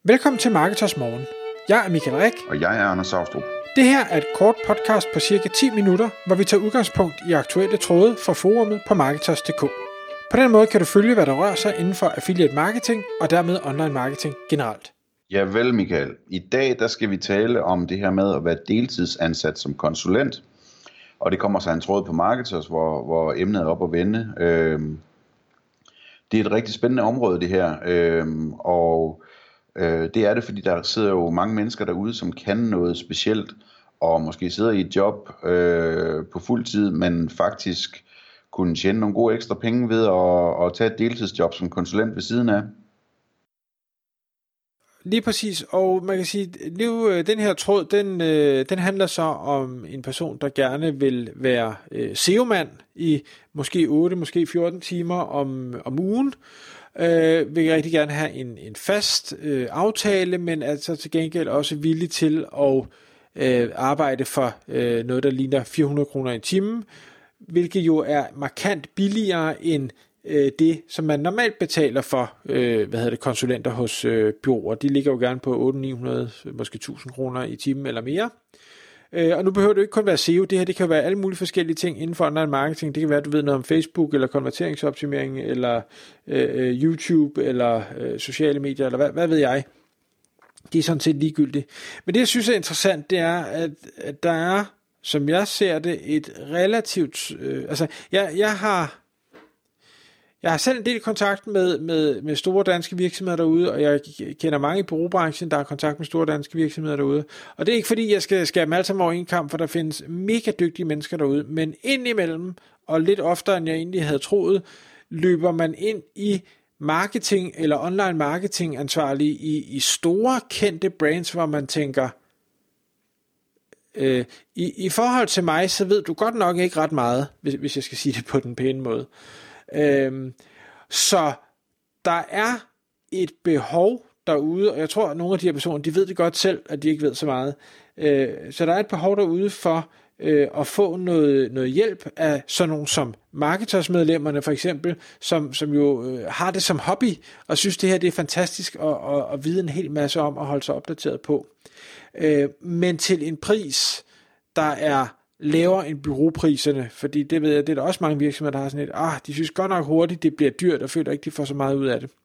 Velkommen til Marketers Morgen. Jeg er Michael Rik. Og jeg er Anders Saustrup. Det her er et kort podcast på cirka 10 minutter, hvor vi tager udgangspunkt i aktuelle tråde fra forumet på Marketers.dk. På den måde kan du følge, hvad der rører sig inden for affiliate marketing og dermed online marketing generelt. Ja vel, Michael. I dag der skal vi tale om det her med at være deltidsansat som konsulent. Og det kommer så en tråd på Marketers, hvor emnet er op at vende. Det er et rigtig spændende område det her. Det er det, fordi der sidder jo mange mennesker derude, som kan noget specielt, og måske sidder i et job på fuld tid, men faktisk kunne tjene nogle gode ekstra penge ved at tage et deltidsjob som konsulent ved siden af. Lige præcis, og man kan sige, nu den her tråd, den handler så om en person, der gerne vil være SEO-mand i måske 8, måske 14 timer om ugen. Vil rigtig gerne have en fast aftale, men altså til gengæld også villig til at arbejde for noget, der ligner 400 kroner i timen, hvilket jo er markant billigere end det, som man normalt betaler for konsulenter hos bureauer. De ligger jo gerne på 800, måske 1000 kroner i timen eller mere. Og nu behøver det ikke kun være SEO, det her det kan jo være alle mulige forskellige ting inden for online marketing. Det kan være, at du ved noget om Facebook, eller konverteringsoptimering, eller YouTube, eller sociale medier, eller hvad ved jeg. Det er sådan set ligegyldigt. Men det, jeg synes er interessant, det er, at der er, som jeg ser det, et relativt... Jeg har selv en del kontakt med store danske virksomheder derude, og jeg kender mange i bureaubranchen, der har kontakt med store danske virksomheder derude. Og det er ikke fordi, jeg skal skære dem alle sammen over en kamp, for der findes mega dygtige mennesker derude, men indimellem, og lidt oftere end jeg egentlig havde troet, løber man ind i marketing eller online marketing ansvarlige i store kendte brands, hvor man tænker, i forhold til mig, så ved du godt nok ikke ret meget, hvis jeg skal sige det på den pæne måde. Så der er et behov derude, og jeg tror, at nogle af de her personer, de ved det godt selv, at de ikke ved så meget. Så der er et behov derude for at få noget hjælp af sådan nogle som Marketers-medlemmerne for eksempel, som jo har det som hobby, og synes det her det er fantastisk at vide en hel masse om og holde sig opdateret på. Men til en pris, der er lavere end bureaupriserne, fordi det ved jeg, det er der også mange virksomheder, der har sådan et, de synes godt nok hurtigt, det bliver dyrt, og føler ikke, de får så meget ud af det.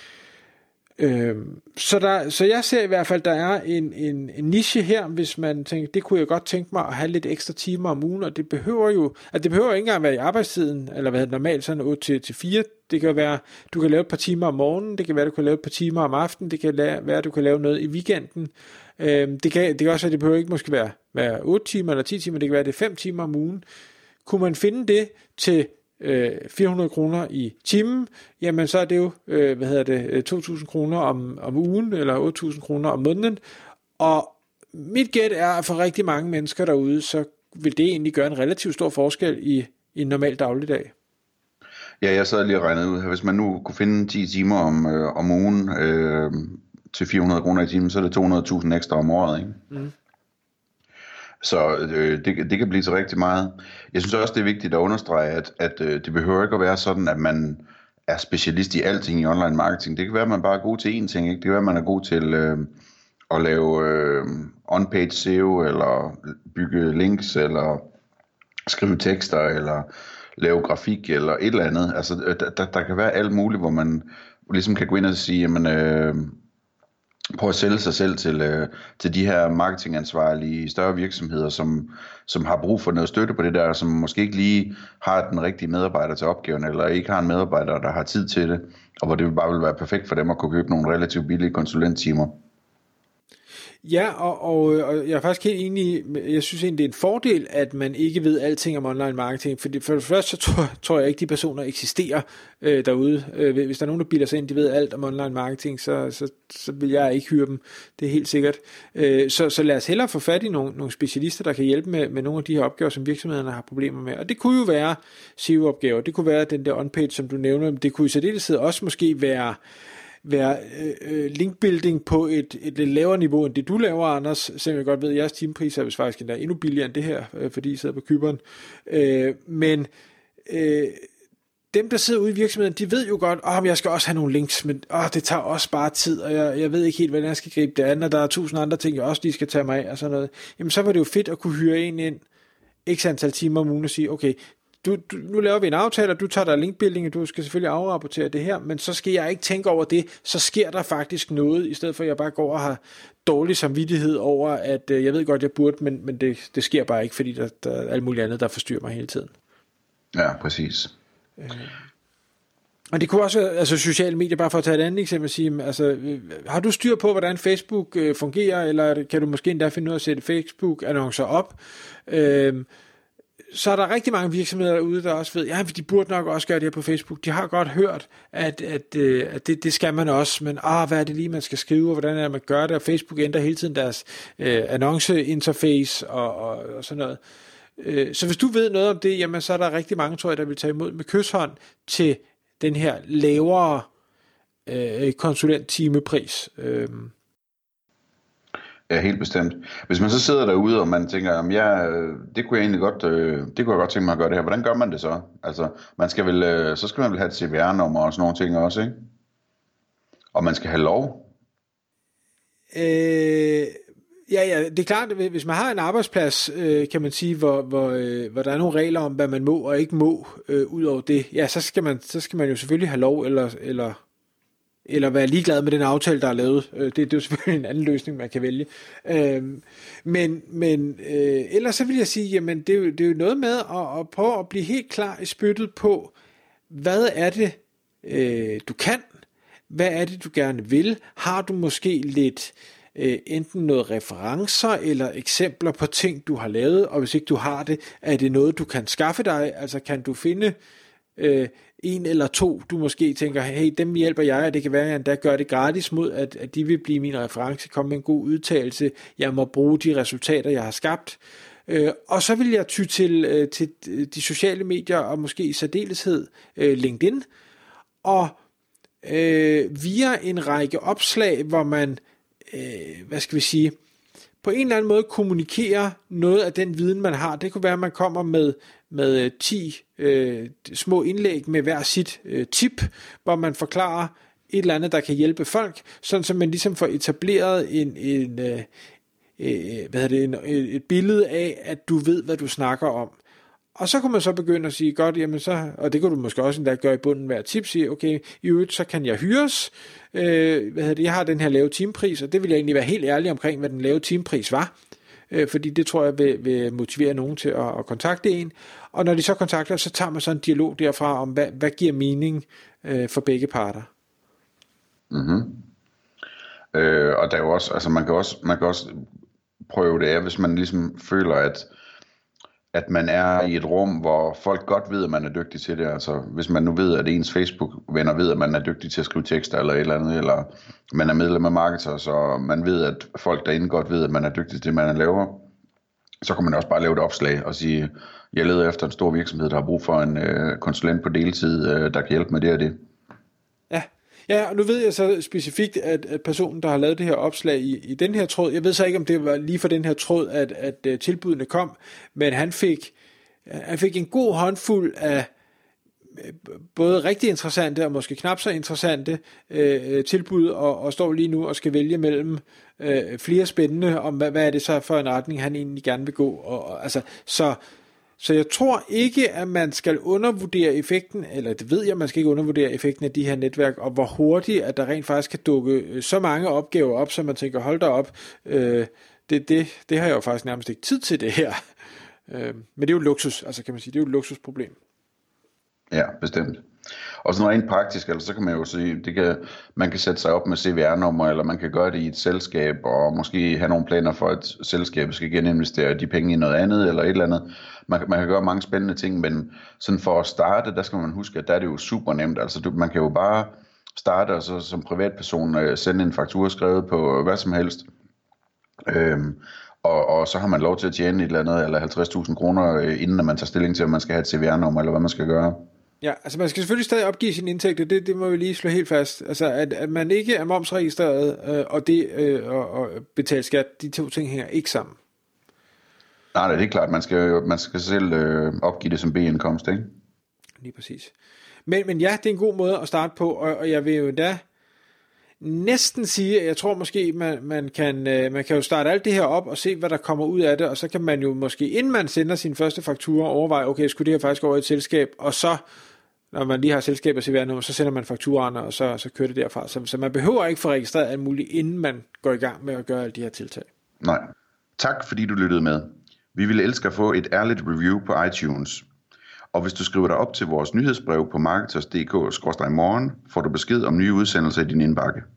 Så jeg ser i hvert fald, der er en niche her, hvis man tænker, det kunne jeg godt tænke mig at have lidt ekstra timer om ugen, og det behøver jo, det behøver ikke engang være i arbejdstiden, eller hvad normalt sådan 8 til 4, det kan være, du kan lave et par timer om morgenen, det kan være, du kan lave et par timer om aftenen, det kan være, du kan lave noget i weekenden, det kan også være, det behøver ikke måske være 8 timer eller 10 timer, det kan være, det er 5 timer om ugen. Kunne man finde det til 400 kroner i timen, jamen så er det jo 2.000 kroner om ugen, eller 8.000 kroner om måneden, og mit gæt er, at for rigtig mange mennesker derude, så vil det egentlig gøre en relativt stor forskel i en normal dagligdag. Ja, jeg sad lige og regnede ud her, hvis man nu kunne finde 10 timer om ugen til 400 kroner i timen, så er det 200.000 ekstra om året, ikke? Mm. Så det kan blive til rigtig meget. Jeg synes også, det er vigtigt at understrege, at det behøver ikke at være sådan, at man er specialist i alting i online marketing. Det kan være, at man bare er god til én ting, ikke? Det kan være, at man er god til at lave on-page SEO, eller bygge links, eller skrive tekster, eller lave grafik, eller et eller andet. Altså, der kan være alt muligt, hvor man ligesom kan gå ind og sige, jamen... prøve at sælge sig selv til de her marketingansvarlige større virksomheder, som har brug for noget støtte på det der, som måske ikke lige har den rigtige medarbejder til opgaven, eller ikke har en medarbejder, der har tid til det, og hvor det bare vil være perfekt for dem at kunne købe nogle relativt billige konsulenttimer. Ja, og jeg er faktisk helt enig. Jeg synes egentlig, det er en fordel, at man ikke ved alting om online marketing, fordi for det første, så tror jeg ikke, de personer eksisterer derude. Hvis der er nogen, der bilder sig ind, de ved alt om online marketing, så vil jeg ikke hyre dem. Det er helt sikkert. Så lad os hellere få fat i nogle specialister, der kan hjælpe med nogle af de her opgaver, som virksomhederne har problemer med. Og det kunne jo være SEO-opgaver, det kunne være den der on-page, som du nævner, det kunne i særdeleshed også måske være linkbuilding på et lidt lavere niveau end det du laver, Anders, selvom jeg godt ved, at jeres timepris er vist faktisk endnu billigere end det her, fordi I sidder på Cypern. Men dem, der sidder ude i virksomheden, de ved jo godt, jeg skal også have nogle links, men det tager også bare tid, og jeg ved ikke helt, hvordan jeg skal gribe det an, og der er 1000 andre ting, jeg også lige skal tage mig af, og sådan noget. Jamen, så var det jo fedt at kunne hyre en ind, x antal timer om ugen, og sige, okay, nu laver vi en aftale, og du tager der linkbuilding, og du skal selvfølgelig afrapportere det her, men så skal jeg ikke tænke over det, så sker der faktisk noget, i stedet for at jeg bare går og har dårlig samvittighed over, at jeg ved godt, jeg burde, men det sker bare ikke, fordi der er alt muligt andet, der forstyrrer mig hele tiden. Ja, præcis. Og det kunne også være, altså sociale medier, bare for at tage et andet eksempel, sige, altså, har du styr på, hvordan Facebook fungerer, eller kan du måske endda finde ud af at sætte Facebook-annoncer op? Så er der rigtig mange virksomheder derude, der også ved, de burde nok også gøre det her på Facebook. De har godt hørt, at det skal man også, men hvad er det lige, man skal skrive, og hvordan er det, man gør det? Og Facebook ændrer hele tiden deres annonce-interface og sådan noget. Så hvis du ved noget om det, jamen så er der rigtig mange, tror jeg, der vil tage imod med kysshånd til den her lavere konsulent-timepris. Ja, helt bestemt. Hvis man så sidder derude, og man tænker, det kunne jeg egentlig godt, det kunne jeg godt tænke mig at gøre det her. Hvordan gør man det så? Altså, så skal man vel have et CVR-nummer og sådan nogle ting også, ikke? Og man skal have lov. Ja, det er klart, at hvis man har en arbejdsplads, kan man sige, hvor der er nogle regler om, hvad man må og ikke må, ud over det, ja, så skal man jo selvfølgelig have lov, eller være ligeglad med den aftale, der er lavet. Det er jo selvfølgelig en anden løsning, man kan vælge. Men ellers så vil jeg sige, jamen det er jo noget med at prøve at blive helt klar i spyttet på, hvad er det, du kan? Hvad er det, du gerne vil? Har du måske lidt enten noget referencer eller eksempler på ting, du har lavet, og hvis ikke du har det, er det noget, du kan skaffe dig? Altså kan du finde en eller to, du måske tænker, hey, dem hjælper jeg, og det kan være, at jeg endda gør det gratis mod, at de vil blive min reference, komme med en god udtalelse, jeg må bruge de resultater, jeg har skabt. Og så vil jeg ty til de sociale medier, og måske i særdeleshed LinkedIn, og via en række opslag, hvor man, på en eller anden måde kommunikerer noget af den viden, man har. Det kunne være, at man kommer med 10 små indlæg med hver sit tip, hvor man forklarer et eller andet, der kan hjælpe folk, sådan så man ligesom får etableret et billede af, at du ved, hvad du snakker om. Og så kunne man så begynde at sige, godt, jamen så, og det kunne du måske også endda gøre i bunden hver tip, sige, okay, i øvrigt, så kan jeg hyres, jeg har den her lave timepris, og det vil jeg egentlig være helt ærlig omkring, hvad den lave timepris var, fordi det tror jeg vil motivere nogen til at kontakte en, og når de så kontakter, så tager man så en dialog derfra om, hvad giver mening for begge parter. Mm-hmm. Og der er jo også, altså man kan også prøve det af, hvis man ligesom føler, at man er i et rum, hvor folk godt ved, at man er dygtig til det. Altså, hvis man nu ved, at ens Facebook-venner ved, at man er dygtig til at skrive tekster eller et eller andet, eller man er medlem af Marketers, så man ved, at folk derinde godt ved, at man er dygtig til det, man laver, så kan man også bare lave et opslag og sige, jeg leder efter en stor virksomhed, der har brug for en konsulent på deltid, der kan hjælpe med det og det. Ja, og nu ved jeg så specifikt, at personen, der har lavet det her opslag i den her tråd, jeg ved så ikke, om det var lige for den her tråd, at tilbudene kom, men han fik en god håndfuld af både rigtig interessante og måske knap så interessante tilbud, og står lige nu og skal vælge mellem flere spændende, om hvad er det så for en retning, han egentlig gerne vil gå. Og altså, så jeg tror ikke, at man skal undervurdere effekten, eller det ved jeg, man skal ikke undervurdere effekten af de her netværk, og hvor hurtigt, at der rent faktisk kan dukke så mange opgaver op, så man tænker, hold da op, det har jeg jo faktisk nærmest ikke tid til det her. Men det er jo luksus, altså kan man sige, det er jo et luksusproblem. Ja, bestemt. Og sådan rent praktisk, altså, så kan man jo sige, man kan sætte sig op med CVR-nummer, eller man kan gøre det i et selskab, og måske have nogle planer for, at selskabet skal geninvestere de penge i noget andet, eller et eller andet. Man kan gøre mange spændende ting, men sådan for at starte, der skal man huske, at der er det jo super nemt. Altså man kan jo bare starte, og så som privatperson sende en faktura skrevet på hvad som helst. Og så har man lov til at tjene et eller andet, eller 50.000 kroner, inden man tager stilling til, om man skal have et CVR-nummer, eller hvad man skal gøre. Ja, altså man skal selvfølgelig stadig opgive sine indtægter, det må vi lige slå helt fast. Altså at man ikke er momsregistreret, og betale skat, de to ting hænger ikke sammen. Nej, det er klart, man skal selv opgive det som B-indkomst, ikke? Lige præcis. Men ja, det er en god måde at starte på, og jeg vil jo da næsten sige, at jeg tror måske, man kan jo starte alt det her op og se, hvad der kommer ud af det, og så kan man jo måske, inden man sender sin første faktura, overveje, okay, skulle det her faktisk over i et selskab, og så, når man lige har selskab og CVR-nummer, så sender man fakturaerne, og så kører det derfra. Så man behøver ikke få registreret alt muligt, inden man går i gang med at gøre alle de her tiltag. Nej. Tak fordi du lyttede med. Vi ville elske at få et ærligt review på iTunes. Og hvis du skriver dig op til vores nyhedsbrev på marketers.dk/morgen, får du besked om nye udsendelser i din indbakke.